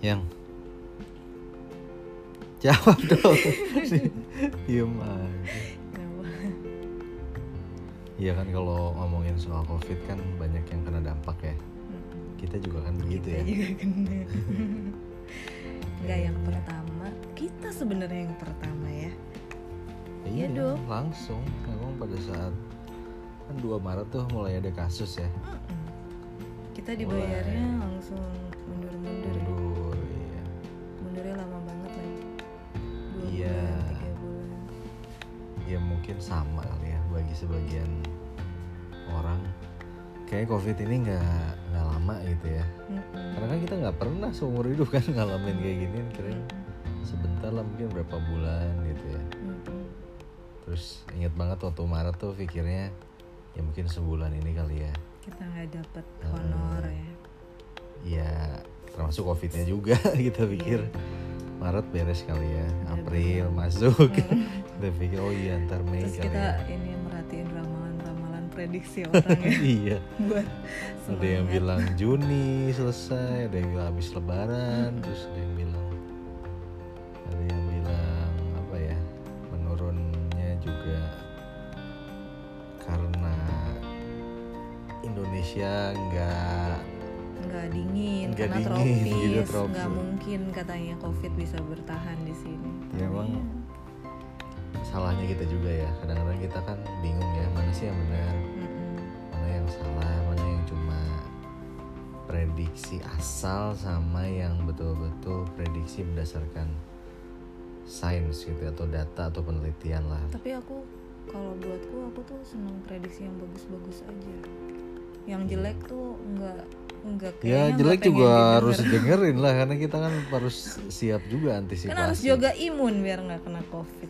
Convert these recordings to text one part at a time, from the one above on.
Yang jawab dong. Diem aja. Iya kan, kalau ngomongin soal COVID kan banyak yang kena dampak ya. Kita juga kan begitu ya. Kita juga kena. Enggak yang pertama, kita sebenarnya yang pertama ya. Iya dong. Langsung memang pada saat kan 2 Maret tuh mulai ada kasus ya. Kita dibayarnya langsung mundur. Iya. Mundurnya lama banget lagi. 2 Iya. bulan, 3 bulan. Ya mungkin sama kali ya bagi sebagian orang. Kayak COVID ini nggak lama gitu ya. Karena kan kita nggak pernah seumur hidup kan ngalamin kayak gini. Kirain sebentar lah, mungkin berapa bulan gitu ya. Terus ingat banget waktu Maret tuh pikirnya ya mungkin sebulan ini kali ya. Kita nggak dapet honor ya. Iya, termasuk COVID-nya juga. Kita pikir Maret beres kali ya, April masuk. Kita pikir oh iya ntar Mei terus kali kita ya. ini merhatiin ramalan prediksi orang ya. Iya. Buat Ada yang bilang Juni selesai, ada yang bilang habis Lebaran, terus ada yang bilang apa ya, menurunnya juga karena Indonesia nggak dingin, Nggak karena dingin, tropis, gitu, tropis. nggak mungkin katanya COVID bisa bertahan di sini. Ya emang salahnya kita juga ya. Kadang-kadang kita kan bingung ya, mana sih yang benar, mana yang salah, mana yang cuma prediksi asal sama yang betul-betul prediksi berdasarkan sains gitu atau data atau penelitian lah. Tapi kalau buatku aku tuh senang prediksi yang bagus-bagus aja. Yang jelek tuh enggak Ya kayaknya jelek nggak pengen juga didengar. harus dengerin lah, karena kita kan harus siap juga antisipasi. Kan harus juga imun biar nggak kena COVID.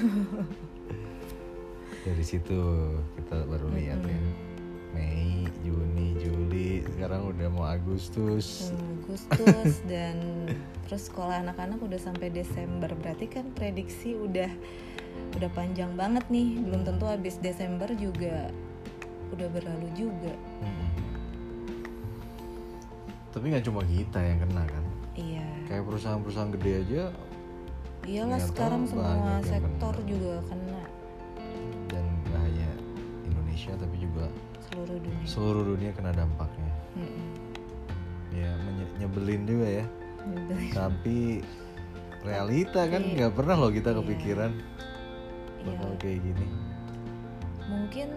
Dari situ kita baru lihat ya, Mei, Juni, Juli, sekarang udah mau Agustus. Dan terus sekolah anak-anak udah sampai Desember, berarti kan prediksi udah panjang banget nih. Belum tentu habis Desember juga udah berlalu juga. Tapi nggak cuma kita yang kena kan. Iya. Kayak perusahaan-perusahaan gede aja. Iyalah ternyata sekarang semua banyak yang sektor kena. juga kena. Dan nggak hanya Indonesia tapi juga seluruh dunia kena dampaknya. Ya nyebelin juga ya. Tapi realita kan nggak pernah loh kita kepikiran bakal kayak gini. Mungkin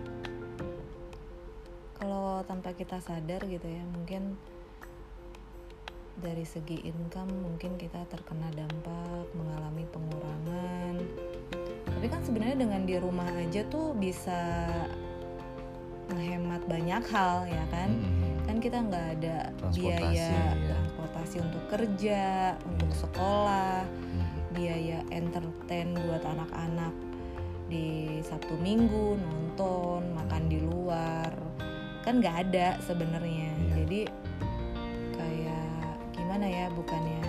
kalau tanpa kita sadar gitu ya, mungkin dari segi income mungkin kita terkena dampak, mengalami pengurangan. Tapi kan sebenarnya dengan di rumah aja tuh bisa menghemat banyak hal ya kan. Kan kita nggak ada biaya transportasi untuk kerja, untuk sekolah, biaya entertain buat anak-anak di Sabtu Minggu, nonton, makan di luar, kan nggak ada sebenarnya. Jadi kayak gimana ya, bukannya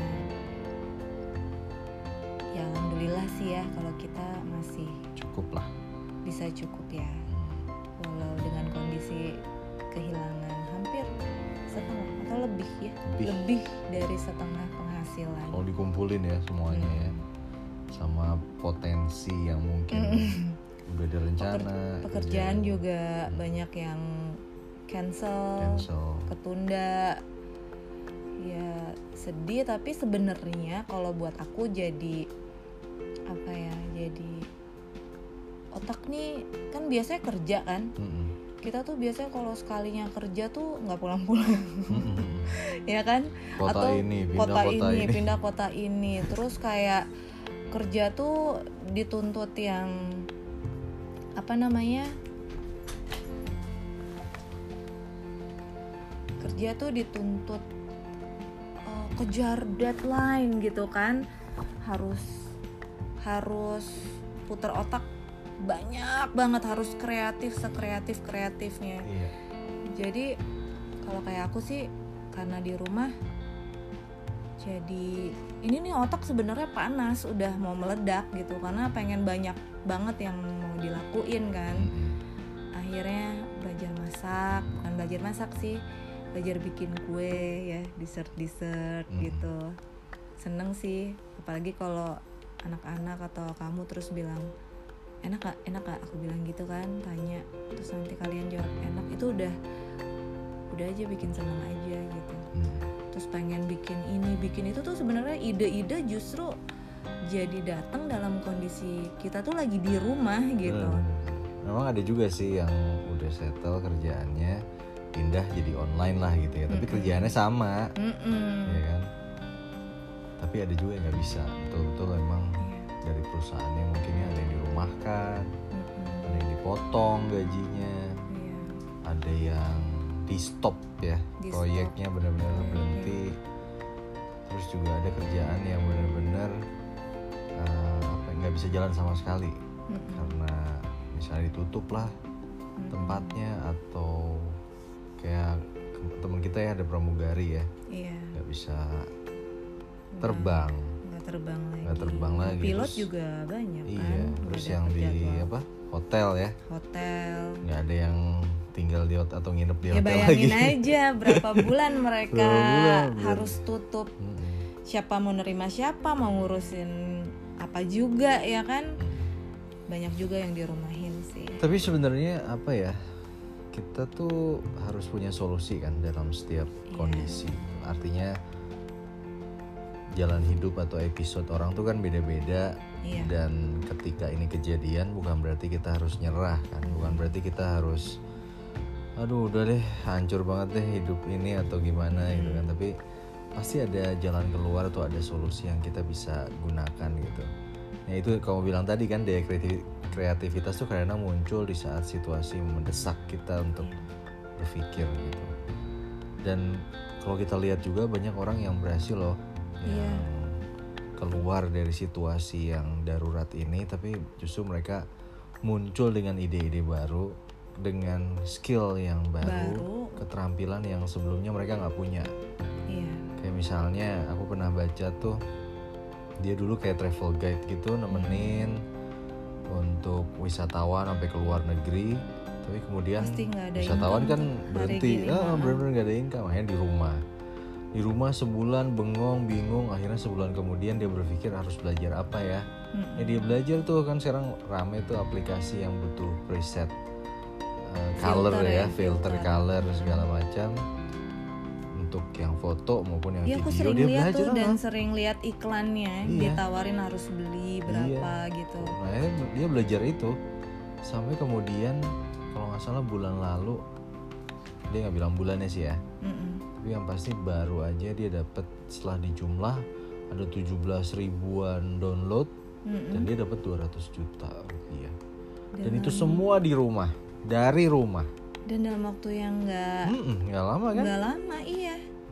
ya alhamdulillah sih ya kalau kita masih cukup lah, bisa cukup ya, walau dengan kondisi kehilangan hampir setengah atau lebih ya, lebih dari setengah penghasilan kalau dikumpulin ya semuanya ya, sama potensi yang mungkin udah direncana. Pekerjaan juga banyak yang cancel, ketunda. Ya sedih, tapi sebenarnya kalau buat aku jadi apa ya, jadi otak nih kan biasanya kerja kan. Kita tuh biasanya kalau sekalinya kerja tuh nggak pulang-pulang. Ya kan? Kota ini pindah kota ini. Terus kayak kerja tuh dituntut yang apa namanya, kerja tuh dituntut kejar deadline gitu kan, harus putar otak banyak banget, harus sekreatifnya. Jadi kalau kayak aku sih karena di rumah, jadi ini nih otak sebenarnya panas, udah mau meledak gitu, karena pengen banyak banget yang mau dilakuin kan. Akhirnya bukan belajar masak sih, belajar bikin kue ya, dessert gitu. Seneng sih, apalagi kalau anak-anak atau kamu terus bilang enak gak aku bilang gitu kan, tanya terus nanti kalian jawab enak, itu udah aja bikin seneng aja gitu. Terus pengen bikin ini bikin itu tuh sebenarnya ide-ide justru jadi datang dalam kondisi kita tuh lagi di rumah gitu. Memang ada juga sih yang udah settle kerjaannya pindah jadi online lah gitu ya, tapi kerjaannya sama, ya kan. Tapi ada juga yang nggak bisa, betul-betul memang dari perusahaannya mungkinnya ada yang dirumahkan, ada yang dipotong gajinya, ada yang di stop ya, proyeknya benar-benar berhenti. Terus juga ada kerjaan yang benar-benar nggak bisa jalan sama sekali karena misalnya ditutup lah tempatnya, atau kayak teman kita ya ada pramugari ya, nggak bisa terbang, nggak terbang lagi. Pilot terus, juga banyak kan. Iya, terus yang di hotel ya, nggak ada yang tinggal di hotel atau nginep di hotel lagi. Ya bayangin aja berapa bulan mereka harus tutup. Siapa mau nerima siapa, mau ngurusin apa juga ya kan. Banyak juga yang dirumahin sih. Tapi sebenarnya apa ya, kita tuh harus punya solusi kan dalam setiap kondisi. Artinya jalan hidup atau episode orang tuh kan beda-beda. Dan ketika ini kejadian bukan berarti kita harus nyerah kan, bukan berarti kita harus aduh udah deh hancur banget deh hidup ini atau gimana gitu kan. Tapi pasti ada jalan keluar atau ada solusi yang kita bisa gunakan gitu. Nah itu kamu bilang tadi kan, daya kreativitas tuh kadang muncul di saat situasi mendesak kita untuk berpikir gitu. Dan kalau kita lihat juga banyak orang yang berhasil loh yang keluar dari situasi yang darurat ini, tapi justru mereka muncul dengan ide-ide baru, dengan skill yang baru, keterampilan yang sebelumnya mereka nggak punya. Kayak misalnya aku pernah baca tuh, dia dulu kayak travel guide gitu, nemenin untuk wisatawan sampai ke luar negeri, tapi kemudian wisatawan kan berhenti, benar-benar nggak ada income, akhirnya di rumah sebulan bengong bingung. Akhirnya sebulan kemudian dia berpikir harus belajar apa ya. Dia belajar tuh kan, sekarang rame tuh aplikasi yang butuh preset color filter color segala macam untuk yang foto maupun yang video. Aku sering lihat tuh dan sering lihat iklannya, ditawarin harus beli berapa gitu. Nah dia belajar itu sampai kemudian kalau nggak salah bulan lalu, dia nggak bilang bulannya sih ya, tapi yang pasti baru aja dia dapat, setelah dijumlah ada 17 ribuan download dan dia dapat 200 juta rupiah. Dan itu semua di rumah, dari rumah. Dan dalam waktu yang nggak lama kan? Nggak lama, iya.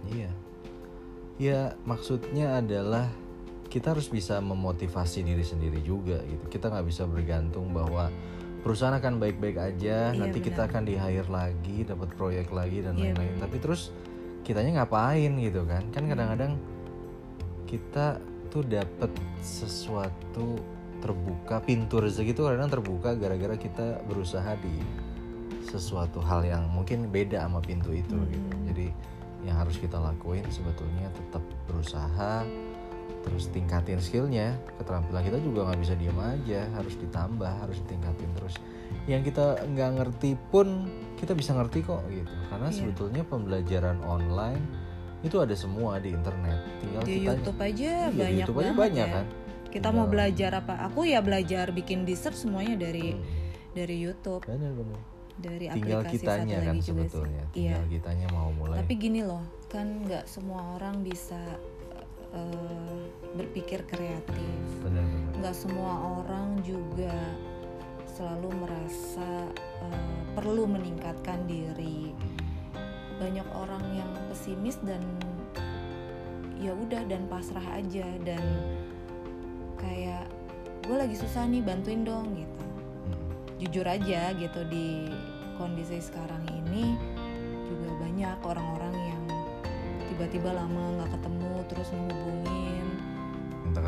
Ya maksudnya adalah kita harus bisa memotivasi diri sendiri juga gitu. Kita nggak bisa bergantung bahwa perusahaan akan baik-baik aja, nanti benar. Kita akan di hire lagi, dapat proyek lagi dan lain-lain. Tapi terus kitanya ngapain gitu kan? Kan kadang-kadang kita tuh dapat sesuatu terbuka, pintu rezeki itu kadang terbuka gara-gara kita berusaha di sesuatu hal yang mungkin beda sama pintu itu gitu. Jadi yang harus kita lakuin sebetulnya tetap berusaha, terus tingkatin skillnya, keterampilan kita juga nggak bisa diam aja, harus ditambah, harus ditingkatin terus. Yang kita nggak ngerti pun kita bisa ngerti kok gitu, karena sebetulnya pembelajaran online itu ada semua di internet. Tinggal di kita YouTube aja banyak YouTube banget ya. Kan. Kita mau belajar apa? Aku ya belajar bikin dessert semuanya dari YouTube. Benar. Dari tinggal aplikasi kitanya kan juga sebetulnya sih. Tinggal kitanya mau mulai. Tapi gini loh, kan nggak semua orang bisa berpikir kreatif. Benar. Nggak semua orang juga selalu merasa perlu meningkatkan diri. Banyak orang yang pesimis dan ya udah dan pasrah aja, dan kayak gue lagi susah nih, bantuin dong gitu. Jujur aja gitu, di kondisi sekarang ini juga banyak orang-orang yang tiba-tiba lama nggak ketemu terus menghubungin, minta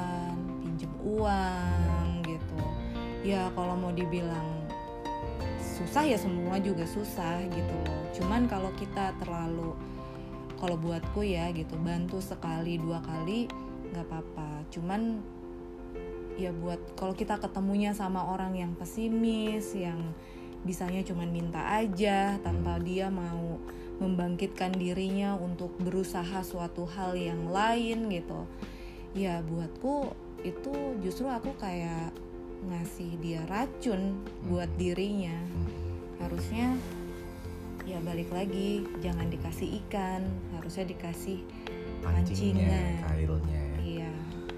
kerjaan, pinjem uang gitu. Ya kalau mau dibilang susah ya semua juga susah gitu loh. Cuman kalau kita terlalu, kalau buatku ya gitu, bantu sekali 2 kali nggak apa-apa. Cuman ya buat kalau kita ketemunya sama orang yang pesimis, yang bisanya cuman minta aja tanpa dia mau membangkitkan dirinya untuk berusaha suatu hal yang lain gitu, ya buatku itu justru aku kayak ngasih dia racun buat dirinya. Harusnya ya balik lagi, jangan dikasih ikan, harusnya dikasih pancingan, kailnya. Iya.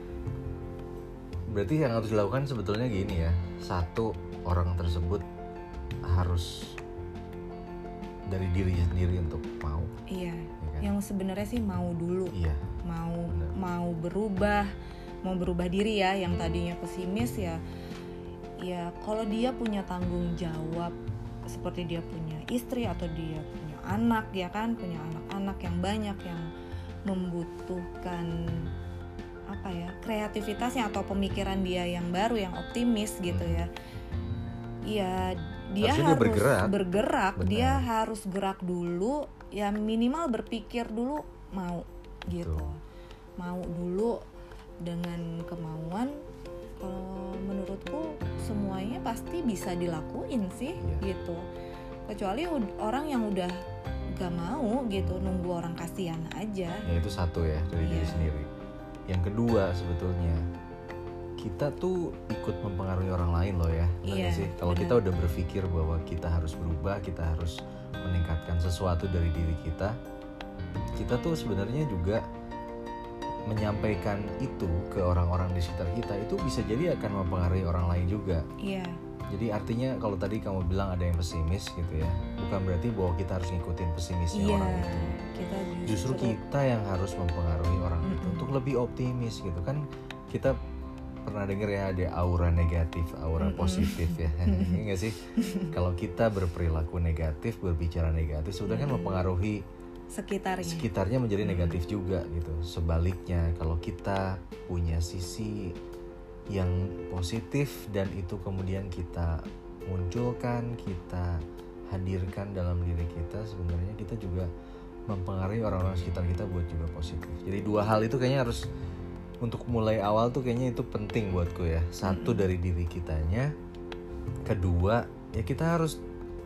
Berarti yang harus dilakukan sebetulnya gini ya, satu, orang tersebut harus dari diri sendiri untuk mau. Iya. Ya kan? Yang sebenarnya sih mau dulu. Iya. Mau berubah diri ya, yang tadinya pesimis ya kalau dia punya tanggung jawab seperti dia punya istri atau dia punya anak ya kan, punya anak-anak yang banyak yang membutuhkan apa ya, kreativitasnya atau pemikiran dia yang baru, yang optimis gitu ya. Iya, dia harus bergerak. Dia harus gerak dulu, ya minimal berpikir dulu mau gitu. Mau dulu, dengan kemauan. Kalau menurutku semuanya pasti bisa dilakuin sih gitu. Kecuali orang yang udah gak mau gitu, nunggu orang kasihan aja. Ya itu satu ya, dari diri sendiri. Yang kedua sebetulnya, kita tuh ikut mempengaruhi orang lain loh ya. Iya sih. Kalau kita udah berpikir bahwa kita harus berubah, kita harus meningkatkan sesuatu dari diri kita, kita tuh sebenarnya juga menyampaikan itu ke orang-orang di sekitar kita, itu bisa jadi akan mempengaruhi orang lain juga. Iya. Jadi artinya kalau tadi kamu bilang ada yang pesimis gitu ya, bukan berarti bahwa kita harus ngikutin pesimisnya orang itu. Justru kita yang harus mempengaruhi orang itu untuk lebih optimis gitu kan. Kita pernah dengar ya, ada aura negatif, aura positif ya. Ini nggak sih? Kalau kita berperilaku negatif, berbicara negatif, sudah kan mempengaruhi sekitarnya menjadi negatif juga gitu. Sebaliknya, kalau kita punya sisi yang positif dan itu kemudian kita munculkan, kita hadirkan dalam diri kita, sebenarnya kita juga mempengaruhi orang-orang sekitar kita buat juga positif. Jadi 2 hal itu kayaknya harus, untuk mulai awal tuh kayaknya itu penting buatku ya. Satu, dari diri kitanya. Kedua, ya kita harus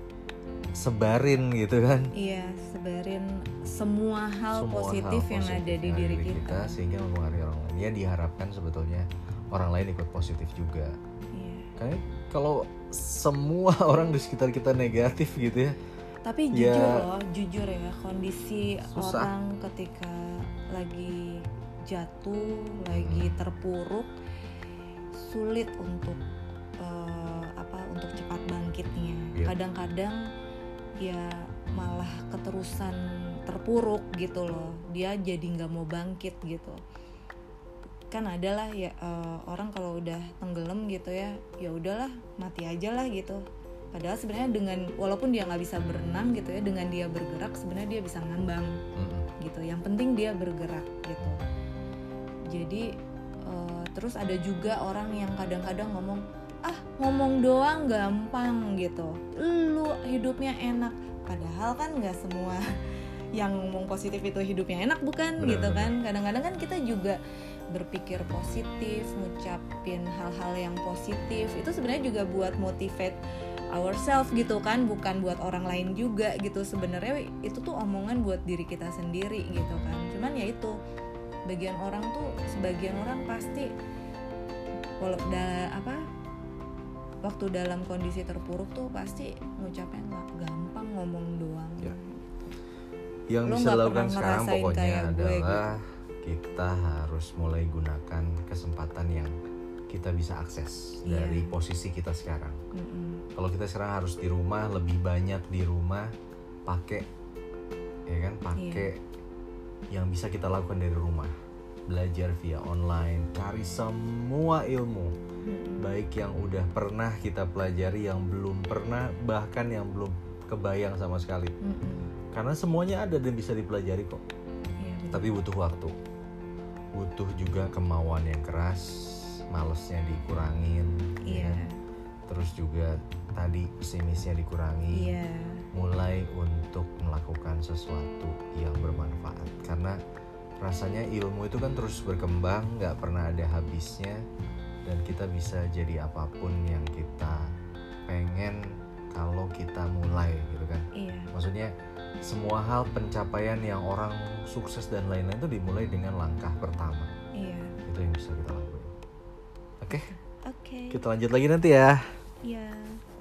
sebarin gitu kan. Iya, sebarin semua hal positif yang ada di diri kita sehingga mempengaruhi orang lain. Ya diharapkan sebetulnya orang lain ikut positif juga. Iya. Karena kalau semua orang di sekitar kita negatif gitu ya. Tapi jujur ya, kondisi susah. Orang ketika lagi jatuh, lagi terpuruk, sulit untuk untuk cepat bangkitnya. Kadang-kadang ya malah keterusan terpuruk gitu loh. Dia jadi nggak mau bangkit gitu. Kan adalah ya orang kalau udah tenggelam gitu ya udahlah mati aja lah gitu. Padahal sebenarnya walaupun dia nggak bisa berenang gitu ya, dengan dia bergerak sebenarnya dia bisa ngambang gitu. Yang penting dia bergerak gitu. Jadi terus ada juga orang yang kadang-kadang ngomong doang gampang gitu, lu hidupnya enak. Padahal kan nggak semua yang ngomong positif itu hidupnya enak, bukan? Bener, gitu kan. Kadang-kadang kan kita juga berpikir positif, ngucapin hal-hal yang positif, itu sebenarnya juga buat motivate ourselves gitu kan, bukan buat orang lain juga gitu. Sebenarnya itu tuh omongan buat diri kita sendiri gitu kan. Cuman ya itu, sebagian orang pasti waktu dalam kondisi terpuruk tuh pasti ngucapnya gampang, ngomong doang. Ya. Yang bisa dilakukan sekarang pokoknya adalah kita harus mulai gunakan kesempatan yang kita bisa akses dari posisi kita sekarang. Kalau kita sekarang harus di rumah, lebih banyak di rumah, pakai yang bisa kita lakukan dari rumah. Belajar via online, cari semua ilmu, baik yang udah pernah kita pelajari, yang belum pernah, bahkan yang belum kebayang sama sekali. Karena semuanya ada dan bisa dipelajari kok. Tapi butuh waktu, butuh juga kemauan yang keras, malesnya dikurangin, terus juga tadi pesimisnya dikurangi, mulai untuk melakukan sesuatu yang bermanfaat. Karena rasanya ilmu itu kan terus berkembang, gak pernah ada habisnya, dan kita bisa jadi apapun yang kita pengen kalau kita mulai gitu kan. Maksudnya semua hal pencapaian yang orang sukses dan lain-lain itu dimulai dengan langkah pertama. Itu yang bisa kita lakuin. Oke. Kita lanjut lagi nanti ya.